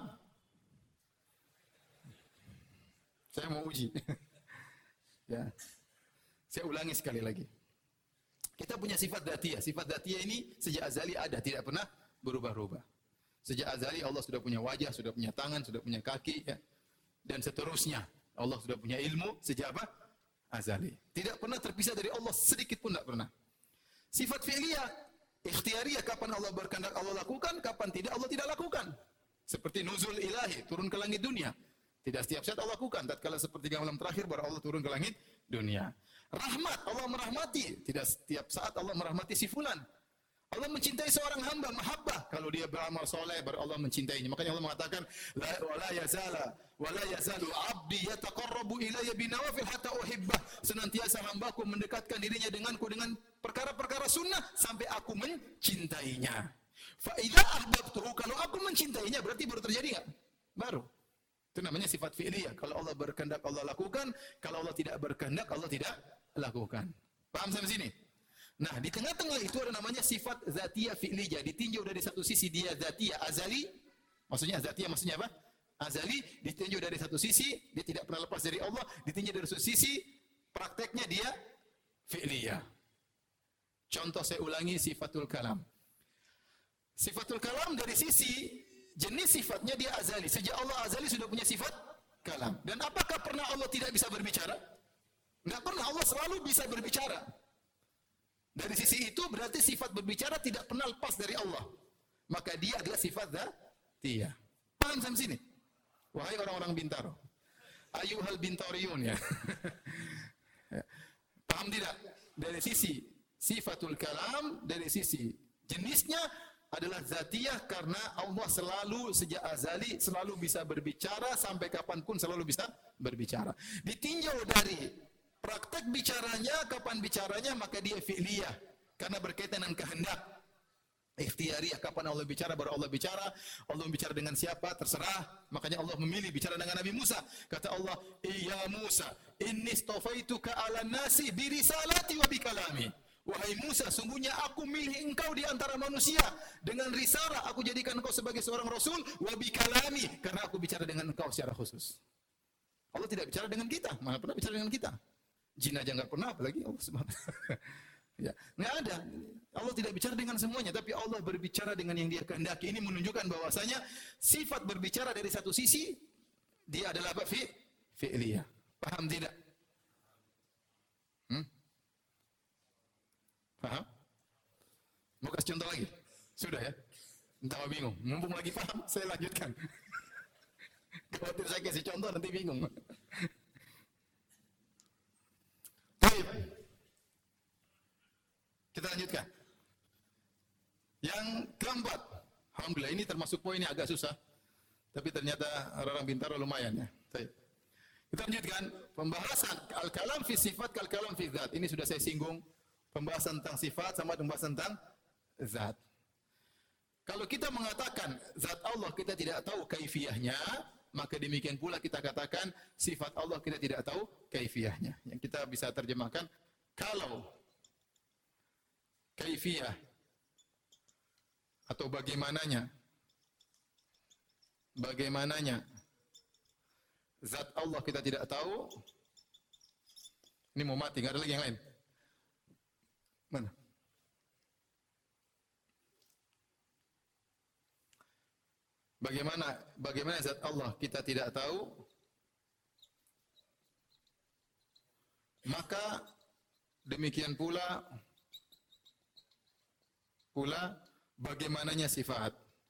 Saya mau uji. Ya. Saya ulangi sekali lagi. Kita punya sifat dzatiyah. Sifat dzatiyah ini sejak azali ada, tidak pernah berubah-ubah. Sejak azali Allah sudah punya wajah, sudah punya tangan, sudah punya kaki, ya. Dan seterusnya. Allah sudah punya ilmu sejak apa? Azali. Tidak pernah terpisah dari Allah sedikit pun tidak pernah. Sifat fi'liyah, ikhtiyariyah, kapan Allah berkehendak Allah lakukan, kapan tidak Allah tidak lakukan. Seperti nuzul ilahi, turun ke langit dunia. Tidak setiap saat Allah lakukan. Tatkala sepertiga malam terakhir baru Allah turun ke langit dunia. Rahmat, Allah merahmati. Tidak setiap saat Allah merahmati si fulan. Allah mencintai seorang hamba, mahabbah. Kalau dia beramal soleh, baru Allah mencintainya. Makanya Allah mengatakan, wa la yazalu abdi yataqarrabu ilayya binawafil hatta uhibbah. Senantiasa hambaku mendekatkan dirinya denganku dengan perkara-perkara sunnah sampai aku mencintainya. Fa idza ahbabtuhu, kalau aku mencintainya berarti baru terjadi enggak? Baru. Itu namanya sifat fi'liyah. Kalau Allah berkehendak Allah lakukan, kalau Allah tidak berkehendak Allah tidak lakukan. Paham sampai sini? Nah, di tengah-tengah itu ada namanya sifat dzatiyah fi'liyah. Ditinjau dari satu sisi dia dzatiyah azali. Maksudnya dzatiyah maksudnya apa? Azali, ditinjau dari satu sisi dia tidak pernah lepas dari Allah, ditinjau dari satu sisi prakteknya dia fi'liyah. Contoh saya ulangi sifatul kalam. Sifatul kalam dari sisi jenis sifatnya dia azali. Sejak Allah azali sudah punya sifat kalam. Dan apakah pernah Allah tidak bisa berbicara? Tidak pernah, Allah selalu bisa berbicara. Dari sisi itu berarti sifat berbicara tidak pernah lepas dari Allah. Maka dia adalah sifat dzatiyah. Paham sampai sini? Wahai orang-orang Bintaro. Ayuhal Bintariyun ya. Paham tidak? Dari sisi sifatul kalam, dari sisi jenisnya adalah dzatiyah karena Allah selalu sejak azali selalu bisa berbicara sampai kapanpun selalu bisa berbicara. Ditinjau dari praktek bicaranya, kapan bicaranya, maka dia fi'liyah karena berkaitan dengan kehendak. Ikhtiyariyah, kapan Allah bicara baru Allah bicara. Allah bicara dengan siapa terserah. Makanya Allah memilih bicara dengan Nabi Musa. Kata Allah, "Ya Musa, inni istafaituka 'alan nasi bi risalati wa bi kalami." Wahai Musa, sungguhnya aku milih engkau di antara manusia. Dengan risalah aku jadikan engkau sebagai seorang rasul. Wa bi kalami, karena aku bicara dengan engkau secara khusus. Allah tidak bicara dengan kita. Mana pernah bicara dengan kita? Jin aja enggak pernah, apalagi Allah Subhanahu. Ya, enggak ada. Allah tidak bicara dengan semuanya, tapi Allah berbicara dengan yang Dia kehendaki. Ini menunjukkan bahwasanya sifat berbicara dari satu sisi dia adalah apa? Fi'liyah. Paham tidak? Paham? Mau kasih contoh lagi? Sudah ya? Entah bingung. Mumpung lagi paham, saya lanjutkan. Khawatir saya kasih contoh nanti bingung. Baik. Kita lanjutkan. Yang keempat. Alhamdulillah ini termasuk poin yang agak susah. Tapi ternyata orang-orang Bintaro lumayan ya. Baik. Kita lanjutkan. Pembahasan al-kalam fi sifat kal-kalam fi dzat. Ini sudah saya singgung. Pembahasan tentang sifat sama pembahasan tentang zat. Kalau kita mengatakan zat Allah kita tidak tahu kaifiyahnya, maka demikian pula kita katakan sifat Allah kita tidak tahu kaifiyahnya. Yang kita bisa terjemahkan, kalau kaifiyah atau bagaimananya zat Allah kita tidak tahu. Ini mau mati, nggak ada lagi yang lain. Mana? Bagaimana zat Allah kita tidak tahu, maka demikian pula bagaimananya sifat.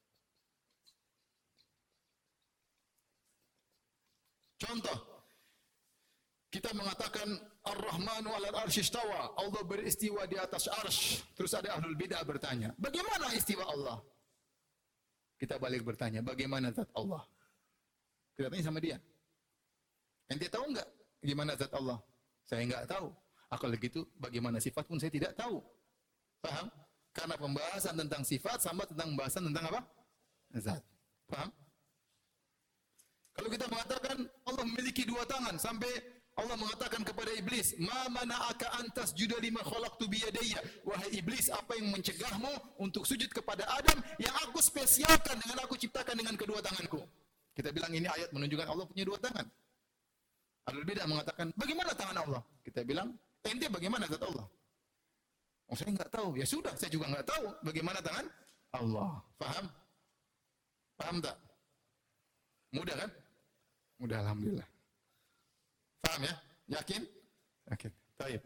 Contoh, kita mengatakan Ar-Rahmanu 'alal arsy istawa, Allah beristiwa di atas arsy. Terus ada ahlul bidah bertanya, bagaimana istiwa Allah? Kita balik bertanya, bagaimana zat Allah? Kita tanya sama dia. Ente tahu enggak gimana zat Allah? Saya enggak tahu. Kalau gitu, bagaimana sifat pun saya tidak tahu. Paham? Karena pembahasan tentang sifat sama tentang pembahasan tentang apa? Zat. Paham? Kalau kita mengatakan Allah memiliki dua tangan, sampai Allah mengatakan kepada iblis, "Ma mana'aka an tasjuda lima khalaqtu bi yadayya?" Wahai iblis, apa yang mencegahmu untuk sujud kepada Adam yang aku spesialkan dengan aku ciptakan dengan kedua tanganku? Kita bilang ini ayat menunjukkan Allah punya dua tangan. Ahlul bidah mengatakan, bagaimana tangan Allah? Kita bilang, ente bagaimana zat Allah? Oh, saya enggak tahu. Ya sudah, saya juga enggak tahu bagaimana tangan Allah. Paham? Paham tak? Mudah kan? Mudah, alhamdulillah. Paham ya? Yakin? Yakin. Baik.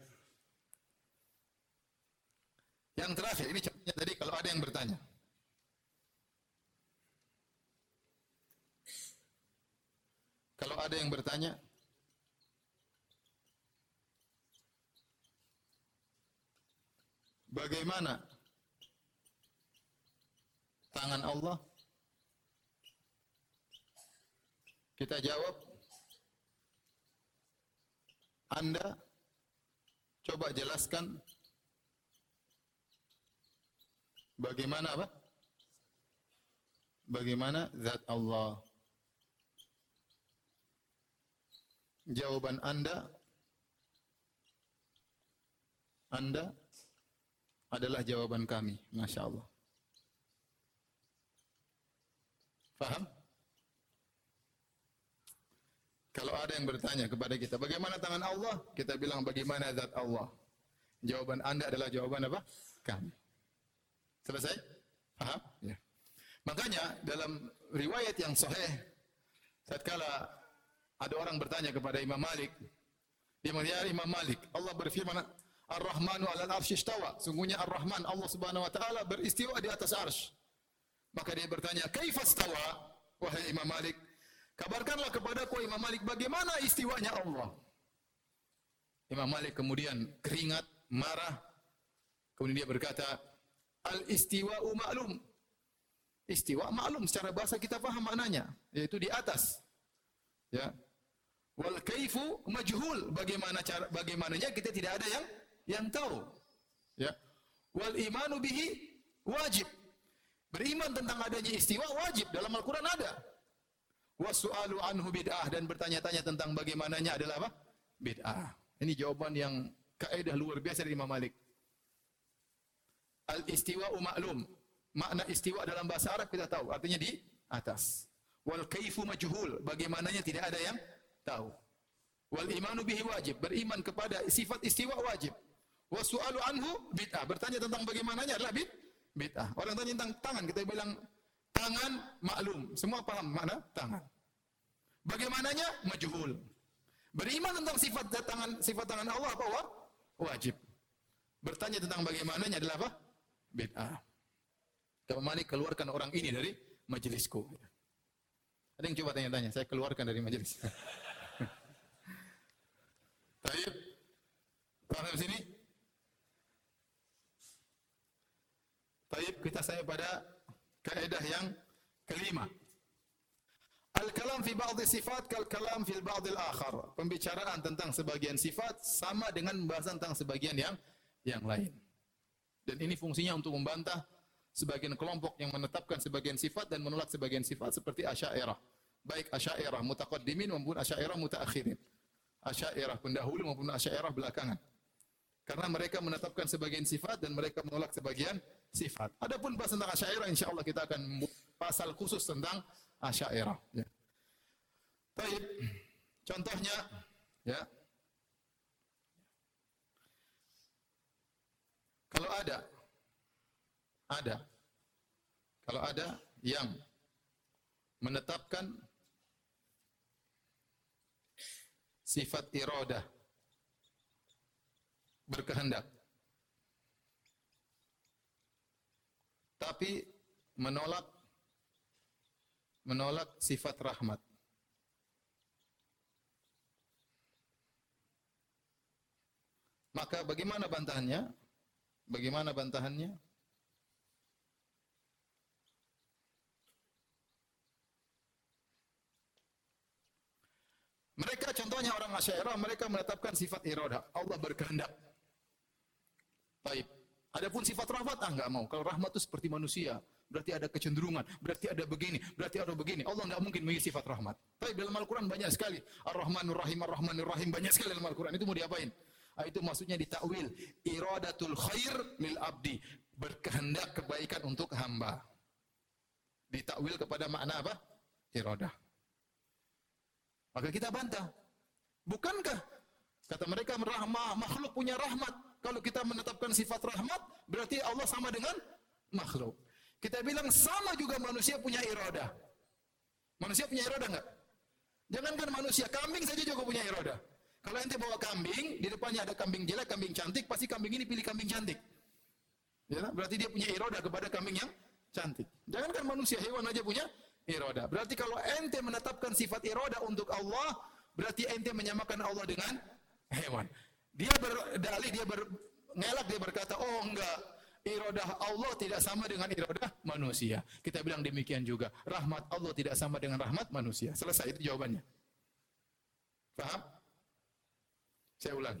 Yang terakhir, ini contohnya tadi kalau ada yang bertanya. Kalau ada yang bertanya, bagaimana tangan Allah? Kita jawab, Anda coba jelaskan bagaimana apa? Bagaimana zat Allah? Jawaban Anda adalah jawaban kami. Masya Allah. Faham? Kalau ada yang bertanya kepada kita, bagaimana tangan Allah? Kita bilang, bagaimana zat Allah? Jawaban Anda adalah jawaban apa? Kami. Selesai? Paham? Ya. Makanya dalam riwayat yang sahih, tatkala ada orang bertanya kepada Imam Malik, dia mengatakan, ya Imam Malik, Allah berfirman, Ar-Rahmanu 'alal arsy istawa. Sungguhnya Ar-Rahman, Allah Subhanahu wa taala beristiwa di atas arsy. Maka dia bertanya, kaifa istawa? Wahai Imam Malik, kabarkanlah kepadaku Imam Malik bagaimana istiwanya Allah. Imam Malik kemudian keringat, marah. Kemudian dia berkata, al-istiwa'u ma'lum. Istiwa maklum secara bahasa kita paham maknanya, yaitu di atas. Ya. Wal kaifu majhul, bagaimananya kita tidak ada yang tahu. Ya. Wal imanu bihi wajib. Beriman tentang adanya istiwa wajib, dalam Al-Qur'an ada. Wasu'alu anhu bid'ah, dan bertanya-tanya tentang bagaimananya adalah apa? Bid'ah. Ini jawaban yang kaidah luar biasa dari Imam Malik. Al-istiwa'u ma'lum. Makna istiwa dalam bahasa Arab kita tahu, artinya di atas. Wal kaifu majhul, bagaimananya tidak ada yang tahu. Wal imanu bihi wajib, beriman kepada sifat istiwa wajib. Wasu'alu anhu bid'ah, bertanya tentang bagaimananya adalah bid'ah. Orang tanya tentang tangan, kita bilang tangan maklum, semua paham makna tangan. Bagaimananya majhul. Beriman tentang sifat tangan Allah apa? Wajib. Bertanya tentang bagaimananya adalah apa? Bid'ah. Imam Malik keluarkan orang ini dari majelisku. Ada yang coba tanya-tanya, saya keluarkan dari majelis. Baik. Paham di sini? Baik, kita sampai pada kaidah yang kelima. Al-kalam fi ba'd sifat kal kalam fil ba'd al-akhar. Pembicaraan tentang sebagian sifat sama dengan pembahasan tentang sebagian yang lain. Dan ini fungsinya untuk membantah sebagian kelompok yang menetapkan sebagian sifat dan menolak sebagian sifat seperti Asy'ariyah. Baik Asy'ariyah mutaqaddimin maupun Asy'ariyah mutaakhirin. Asy'ariyah pendahulu maupun Asy'ariyah belakangan. Karena mereka menetapkan sebagian sifat dan mereka menolak sebagian sifat. Adapun bahas tentang Asy'ariyah, insyaallah kita akan pasal khusus tentang Asy'ariyah. Ya. Baik. Contohnya, ya. Kalau ada yang menetapkan sifat iradah, berkehendak, tapi menolak sifat rahmat. Maka bagaimana bantahannya? Bagaimana bantahannya? Mereka contohnya orang Asy'ariyah, mereka menetapkan sifat iradah, Allah berkehendak. Baik. Adapun sifat rahmat enggak mau. Kalau rahmat itu seperti manusia, berarti ada kecenderungan, berarti ada begini, berarti ada begini. Allah enggak mungkin memiliki sifat rahmat. Tapi dalam Al-Qur'an banyak sekali. Ar-Rahmanur Rahim, Ar-Rahmanur Rahim, banyak sekali dalam Al-Qur'an. Itu mau diapain? Itu maksudnya ditakwil, iradatul khair lil abdi, berkehendak kebaikan untuk hamba. Ditakwil kepada makna apa? Iradah. Maka kita bantah. Bukankah kata mereka makhluk punya rahmat? Kalau kita menetapkan sifat rahmat, berarti Allah sama dengan makhluk. Kita bilang sama juga manusia punya iradah. Manusia punya iradah enggak? Jangankan manusia, kambing saja juga punya iradah. Kalau ente bawa kambing, di depannya ada kambing jelek, kambing cantik, pasti kambing ini pilih kambing cantik. Ya, berarti dia punya iradah kepada kambing yang cantik. Jangankan manusia, hewan aja punya iradah. Berarti kalau ente menetapkan sifat iradah untuk Allah, berarti ente menyamakan Allah dengan hewan. Dia berdalih, ngelak, dia berkata, oh enggak, iradah Allah tidak sama dengan iradah manusia. Kita bilang demikian juga, rahmat Allah tidak sama dengan rahmat manusia. Selesai, itu jawabannya. Paham? Saya ulangi.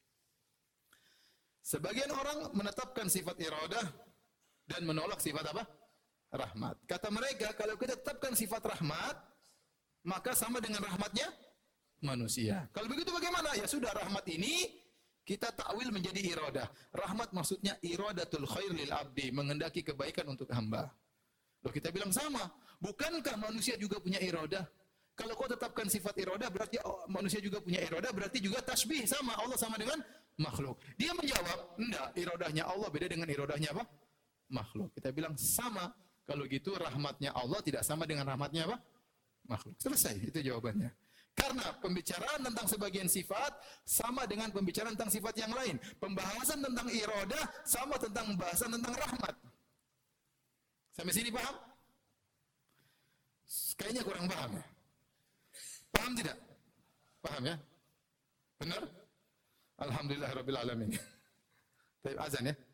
Sebagian orang menetapkan sifat iradah dan menolak sifat apa? Rahmat. Kata mereka, kalau kita tetapkan sifat rahmat, maka sama dengan rahmatnya manusia. Kalau begitu bagaimana? Ya sudah, rahmat ini kita takwil menjadi iradah. Rahmat maksudnya iradatul khair lil abdi, menghendaki kebaikan untuk hamba. Loh, kita bilang sama. Bukankah manusia juga punya iradah? Kalau kau tetapkan sifat iradah, berarti manusia juga punya iradah, berarti juga tasbih, sama. Allah sama dengan makhluk. Dia menjawab, enggak, iradahnya Allah beda dengan iradahnya apa? Makhluk. Kita bilang sama. Kalau gitu rahmatnya Allah tidak sama dengan rahmatnya apa? Makhluk. Selesai, itu jawabannya. Karena pembicaraan tentang sebagian sifat sama dengan pembicaraan tentang sifat yang lain. Pembahasan tentang iradah sama tentang pembahasan tentang rahmat. Sampai sini paham? Kayaknya kurang paham ya? Paham tidak? Paham ya? Benar? Alhamdulillahirabbil alamin. Baik, azan ya.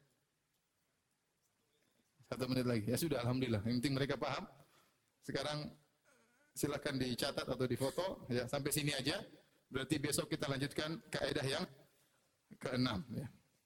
1 menit lagi. Ya sudah, alhamdulillah. Yang penting mereka paham. Sekarang silakan dicatat atau difoto ya, sampai sini aja. Berarti besok kita lanjutkan kaidah yang ke-6 ya.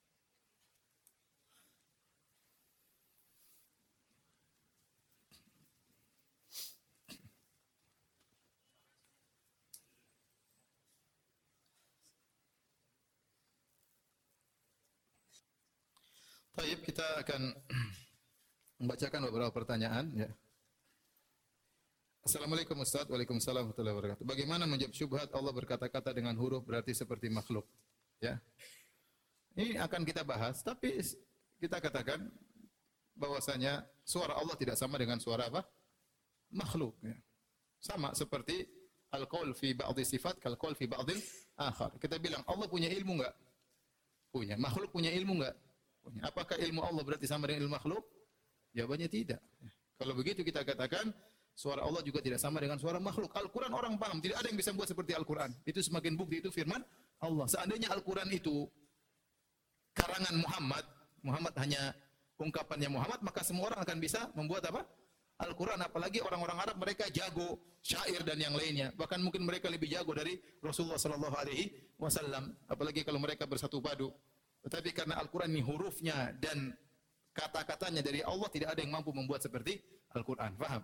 Baik, kita akan membacakan beberapa pertanyaan ya. Assalamualaikum Ustaz. Waalaikumsalam warahmatullahi wabarakatuh. Bagaimana menjawab syubhat Allah berkata-kata dengan huruf berarti seperti makhluk? Ya. Ini akan kita bahas, tapi kita katakan bahwasanya suara Allah tidak sama dengan suara apa? Makhluk ya. Sama seperti al-qaul fi ba'dhi sifat kal qaul fi ba'dil akhar. Kita bilang Allah punya ilmu enggak? Punya. Makhluk punya ilmu enggak? Punya. Apakah ilmu Allah berarti sama dengan ilmu makhluk? Jawabannya tidak. Kalau begitu kita katakan suara Allah juga tidak sama dengan suara makhluk. Al-Quran orang paham, tidak ada yang bisa buat seperti Al-Quran. Itu semakin bukti, itu firman Allah. Seandainya Al-Quran itu karangan Muhammad, Muhammad hanya ungkapannya Muhammad, maka semua orang akan bisa membuat apa? Al-Quran. Apalagi orang-orang Arab, mereka jago syair dan yang lainnya. Bahkan mungkin mereka lebih jago dari Rasulullah SAW. Apalagi kalau mereka bersatu padu. Tetapi karena Al-Quran ini hurufnya dan kata-katanya dari Allah, tidak ada yang mampu membuat seperti Al-Quran. Faham?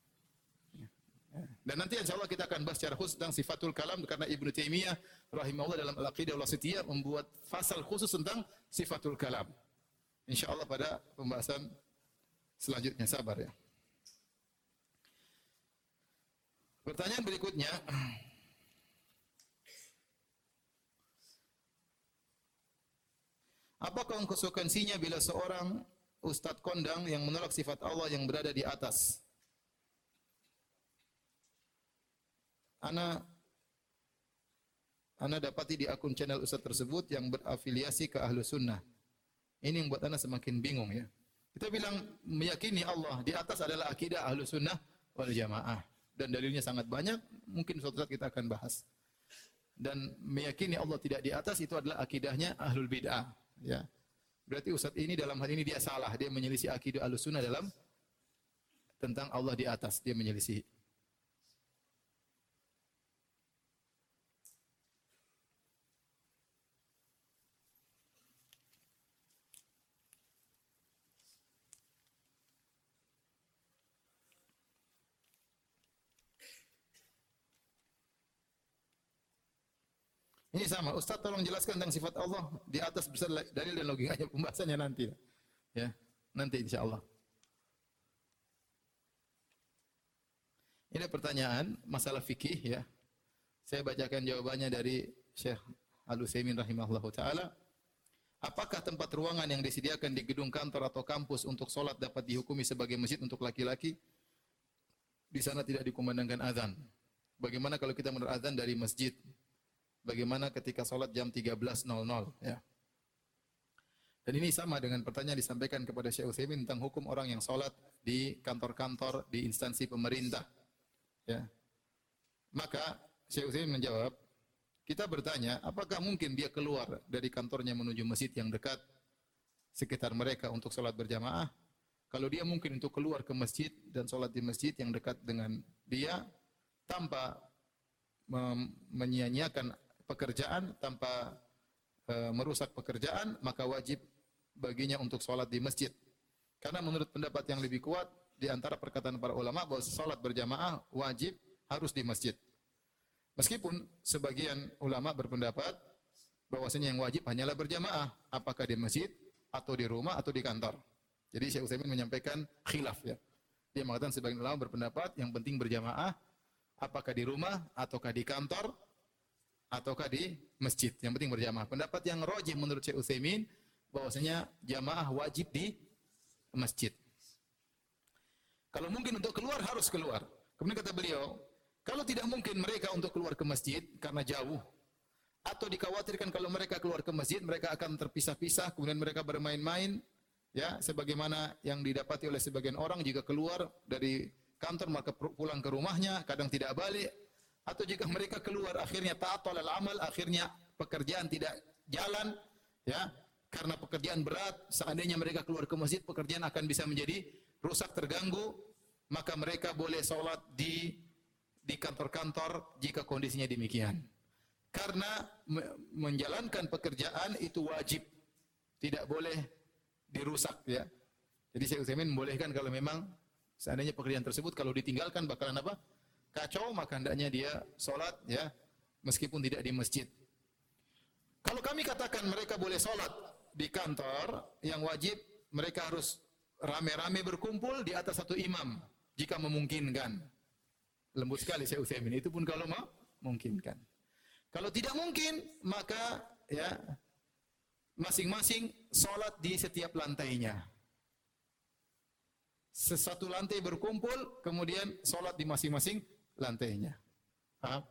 Dan nanti insyaallah kita akan bahas secara khusus tentang sifatul kalam, karena Ibnu Taimiyah rahimahullah dalam Al-Aqidah Al-Wasithiyah membuat fasal khusus tentang sifatul kalam. Insyaallah pada pembahasan selanjutnya, sabar ya. Pertanyaan berikutnya, apakah konsekuensinya bila seorang ustadz kondang yang menolak sifat Allah yang berada di atas ana dapati di akun channel Ustaz tersebut yang berafiliasi ke Ahlus Sunnah. Ini yang buat ana semakin bingung ya. Kita bilang meyakini Allah di atas adalah akidah Ahlus Sunnah wal Jamaah dan dalilnya sangat banyak, mungkin suatu saat kita akan bahas. Dan meyakini Allah tidak di atas itu adalah akidahnya Ahlul Bid'ah ya. Berarti Ustaz ini dalam hal ini dia salah, dia menyelisih akidah Ahlus Sunnah dalam tentang Allah di atas, dia menyelisih. Ini sama, Ustaz tolong jelaskan tentang sifat Allah di atas bersama dalil dan logikanya, pembahasannya nanti. Ya, nanti insyaallah. Ini pertanyaan masalah fikih ya. Saya bacakan jawabannya dari Syekh Al-Utsaimin rahimahullahu taala. Apakah tempat ruangan yang disediakan di gedung kantor atau kampus untuk salat dapat dihukumi sebagai masjid untuk laki-laki? Di sana tidak dikumandangkan azan. Bagaimana kalau kita mendengar azan dari masjid? Bagaimana ketika salat jam 13.00 ya. Dan ini sama dengan pertanyaan disampaikan kepada Syekh Utsaimin tentang hukum orang yang salat di kantor-kantor, di instansi pemerintah. Ya. Maka Syekh Utsaimin menjawab, kita bertanya, apakah mungkin dia keluar dari kantornya menuju masjid yang dekat sekitar mereka untuk salat berjamaah? Kalau dia mungkin untuk keluar ke masjid dan salat di masjid yang dekat dengan dia tanpa menyia-nyiakan pekerjaan, tanpa merusak pekerjaan, maka wajib baginya untuk salat di masjid. Karena menurut pendapat yang lebih kuat di antara perkataan para ulama bahwa salat berjamaah wajib harus di masjid. Meskipun sebagian ulama berpendapat bahwasanya yang wajib hanyalah berjamaah, apakah di masjid atau di rumah atau di kantor. Jadi Syekh Utsaimin menyampaikan khilaf ya. Dia mengatakan sebagian ulama berpendapat yang penting berjamaah apakah di rumah ataukah di kantor ataukah di masjid. Yang penting berjamaah. Pendapat yang rajih menurut Syekh Utsaimin bahwasanya jamaah wajib di masjid. Kalau mungkin untuk keluar harus keluar. Kemudian kata beliau, kalau tidak mungkin mereka untuk keluar ke masjid karena jauh atau dikhawatirkan kalau mereka keluar ke masjid mereka akan terpisah-pisah kemudian mereka bermain-main ya sebagaimana yang didapati oleh sebagian orang jika keluar dari kantor maka pulang ke rumahnya kadang tidak balik. Atau jika mereka keluar akhirnya ta'attal al-amal, akhirnya pekerjaan tidak jalan ya karena pekerjaan berat, seandainya mereka keluar ke masjid pekerjaan akan bisa menjadi rusak, terganggu, maka mereka boleh salat di kantor-kantor jika kondisinya demikian. Karena menjalankan pekerjaan itu wajib, tidak boleh dirusak ya. Jadi Syekh Utsaimin membolehkan kalau memang seandainya pekerjaan tersebut kalau ditinggalkan bakalan apa? Kacau, maka hendaknya dia salat ya meskipun tidak di masjid. Kalau kami katakan mereka boleh salat di kantor, yang wajib mereka harus rame-rame berkumpul di atas satu imam jika memungkinkan. Lembut sekali Syekh Utsaimin, itu pun kalau memungkinkan. Kalau tidak mungkin, maka ya masing-masing salat di setiap lantainya. Sesatu lantai berkumpul, kemudian salat di masing-masing lantainya. Paham?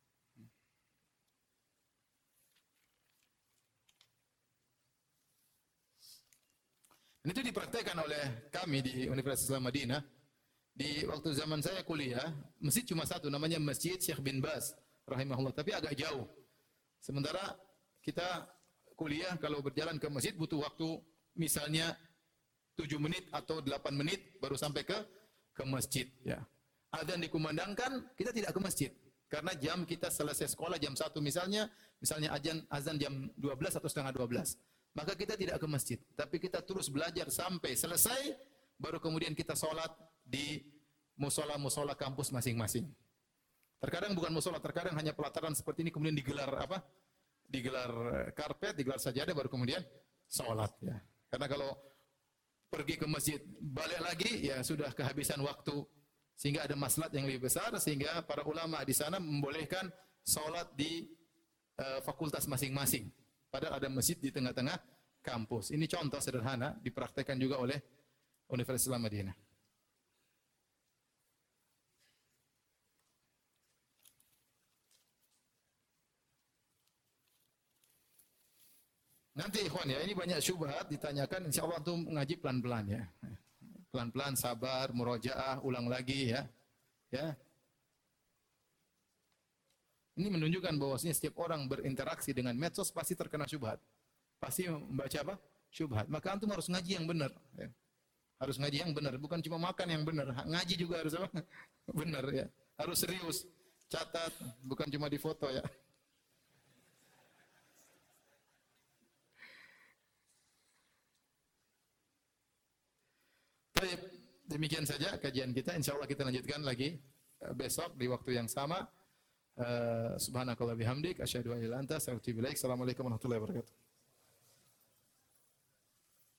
Dan itu dipraktekkan oleh kami di Universitas Islam Madinah. Di waktu zaman saya kuliah, masjid cuma satu, namanya Masjid Syekh bin Baz rahimahullah, tapi agak jauh. Sementara kita kuliah kalau berjalan ke masjid butuh waktu misalnya 7 menit atau 8 menit baru sampai ke masjid ya. Adzan dikumandangkan, kita tidak ke masjid. Karena jam kita selesai sekolah jam 1 misalnya azan jam 12 atau setengah 12. Maka kita tidak ke masjid, tapi kita terus belajar sampai selesai, baru kemudian kita sholat di musola-musola kampus masing-masing. Terkadang bukan musola, terkadang hanya pelataran seperti ini, kemudian digelar apa? Digelar karpet, digelar sajadah, baru kemudian sholat. Ya. Karena kalau pergi ke masjid, balik lagi, ya sudah kehabisan waktu. Sehingga ada maslahat yang lebih besar, sehingga para ulama di sana membolehkan sholat di fakultas masing-masing. Padahal ada masjid di tengah-tengah kampus. Ini contoh sederhana, dipraktekkan juga oleh Universitas Islam Madinah. Nanti ikhwan ya, ini banyak syubhat ditanyakan, insya Allah antum ngaji pelan-pelan ya. Pelan-pelan, sabar, murojaah, ulang lagi ya. Ya. Ini menunjukkan bahwasanya setiap orang berinteraksi dengan medsos pasti terkena syubhat. Pasti membaca apa? Syubhat. Maka antum harus ngaji yang benar. Ya. Harus ngaji yang benar, bukan cuma makan yang benar. Ngaji juga harus apa? Benar ya. Harus serius. Catat, bukan cuma di foto ya. Baik, demikian saja kajian kita. Insya Allah kita lanjutkan lagi besok di waktu yang sama. Subhanakallah bihamdik, asyhadu an la ilaha illa anta, astaghfiruka wa atubu ilaik. Assalamualaikum warahmatullahi wabarakatuh.